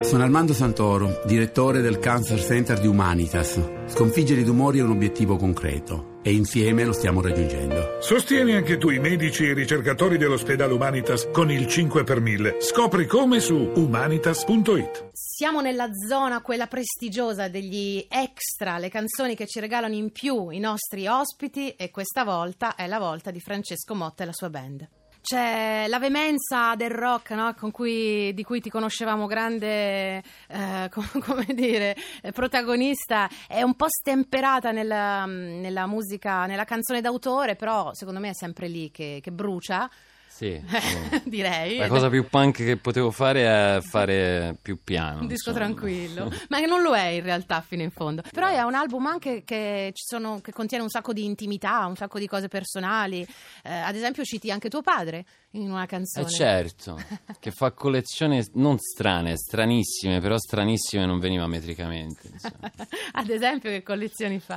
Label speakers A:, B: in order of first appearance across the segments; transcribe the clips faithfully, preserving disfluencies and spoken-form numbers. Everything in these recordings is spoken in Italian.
A: Sono Armando Santoro, direttore del Cancer Center di Humanitas. Sconfiggere i tumori è un obiettivo concreto e insieme lo stiamo raggiungendo.
B: Sostieni anche tu i medici e i ricercatori dell'ospedale Humanitas con il cinque per mille. Scopri come su humanitas punto it.
C: Siamo nella zona, quella prestigiosa degli extra, le canzoni che ci regalano in più i nostri ospiti, e questa volta è la volta di Francesco Motta e la sua band. C'è la veemenza del rock, no? Con cui, di cui ti conoscevamo grande, eh, com- come dire, protagonista, è un po' stemperata nella, nella musica, nella canzone d'autore, però secondo me è sempre lì che, che brucia.
D: Sì,
C: direi.
D: La cosa più punk che potevo fare è fare più piano.
C: Un disco
D: insomma.
C: tranquillo, ma che non lo è in realtà fino in fondo. Però è un album anche che, ci sono, che contiene un sacco di intimità, un sacco di cose personali. Eh, ad esempio citi anche tuo padre in una canzone.
D: Eh certo, che fa collezioni non strane, stranissime, però stranissime non veniva metricamente.
C: Ad esempio che collezioni fa?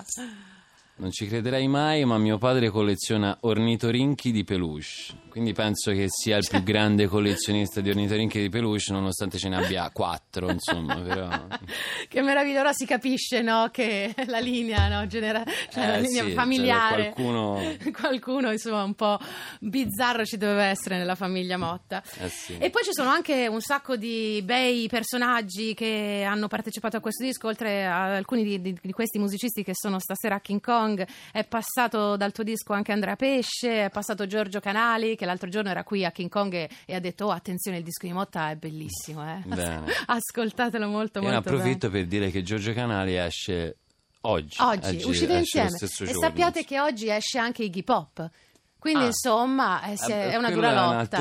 D: Non ci crederei mai, ma mio padre colleziona ornitorinchi di peluche, quindi penso che sia il più grande collezionista di ornitorinchi di peluche, nonostante ce ne abbia quattro, insomma. Però...
C: Che meraviglia, ora si capisce, no, che la linea, no, genera... cioè,
D: eh,
C: la linea
D: sì,
C: familiare,
D: cioè, qualcuno...
C: qualcuno insomma un po' bizzarro ci doveva essere nella famiglia Motta.
D: Eh sì.
C: E poi ci sono anche un sacco di bei personaggi che hanno partecipato a questo disco, oltre a alcuni di, di, di questi musicisti che sono stasera a King Kong. È passato dal tuo disco anche Andrea Pesce, è passato Giorgio Canali, che l'altro giorno era qui a King Kong e, e ha detto: oh, attenzione, il disco di Motta è bellissimo, eh?
D: Bene.
C: Ascoltatelo molto,
D: e
C: molto bene.
D: Ne approfitto per dire che Giorgio Canali esce oggi.
C: Oggi,
D: oggi
C: uscite
D: esce
C: insieme.
D: e
C: giorno. Sappiate che oggi esce anche Iggy Pop. Quindi
D: ah,
C: insomma è, è, è una dura lotta.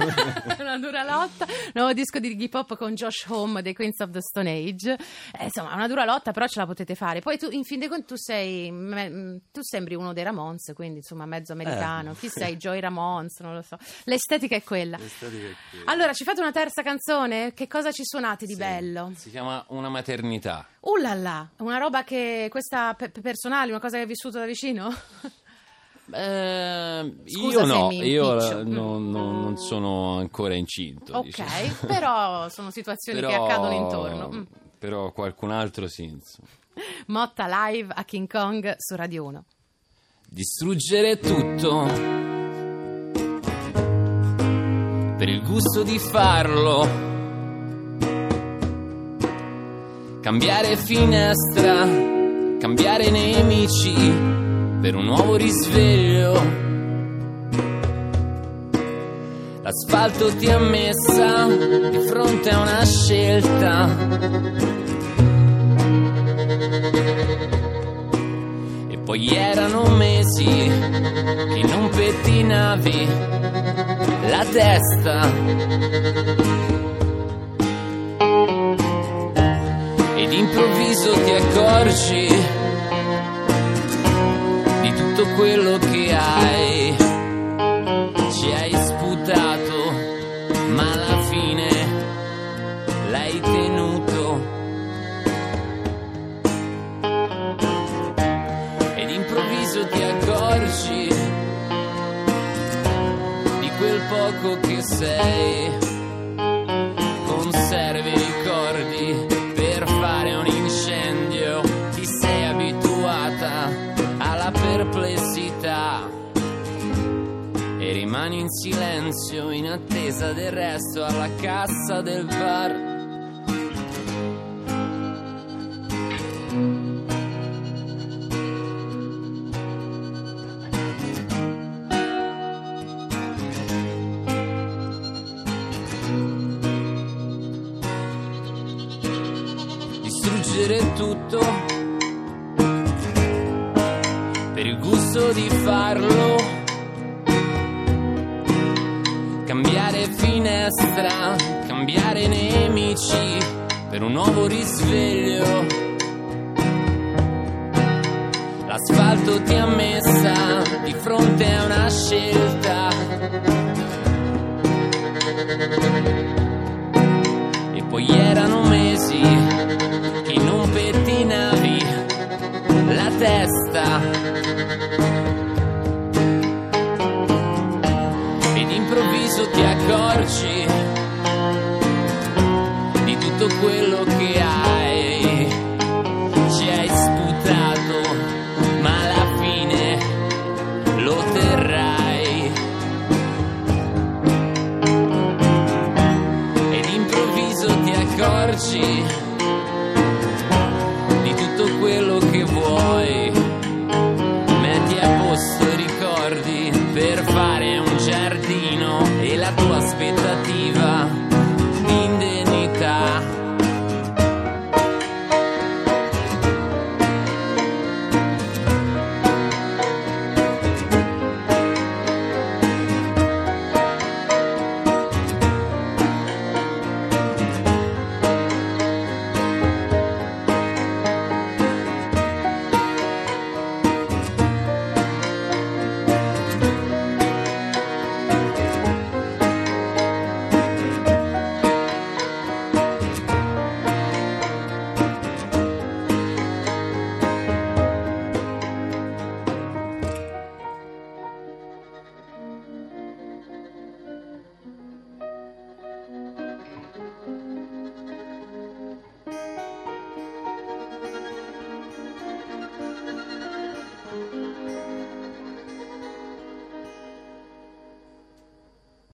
C: È una dura lotta. Nuovo disco di Iggy Pop con Josh Homme dei Queens of the Stone Age. Eh, insomma, è una dura lotta, però ce la potete fare. Poi tu, in fin dei conti, tu sei me, tu sembri uno dei Ramones, quindi insomma mezzo americano.
D: Eh.
C: Chi sei? Joey Ramones, non lo so. L'estetica è quella.
D: L'estetica è quella.
C: Allora, ci fate una terza canzone? Che cosa ci suonate di
D: sì,
C: bello?
D: Si chiama Una maternità.
C: Uh là là, una roba che questa pe- personale, una cosa che hai vissuto da vicino?
D: Eh,
C: Scusa
D: io no,
C: se mi
D: io
C: impiccio.
D: no, no, non sono ancora incinto.
C: Ok,
D: diciamo.
C: però sono situazioni
D: però,
C: che accadono intorno. Mm.
D: Però qualcun altro sì, insomma.
C: Motta live a King Kong su Radio uno.
D: Distruggere tutto per il gusto di farlo, cambiare finestra, cambiare nemici per un nuovo risveglio. L'asfalto ti ha messa di fronte a una scelta e poi erano mesi che non pettinavi la testa ed improvviso ti accorgi tutto quello che hai, ci hai sputato, ma alla fine l'hai tenuto. Ed improvviso ti accorgi di quel poco che sei, conservi ricordi per fare un incendio, ti sei abituata alla perplessità e rimani in silenzio in attesa del resto alla cassa del bar. Distruggere tutto per il gusto di farlo, cambiare finestra, cambiare nemici per un nuovo risveglio. L'asfalto ti ha messa di fronte a una scelta e poi erano mesi che non pettinavi la testa ed improvviso ti accorgi di tutto quello che hai, ci hai sputato, ma alla fine lo terrai. Ed improvviso ti accorgi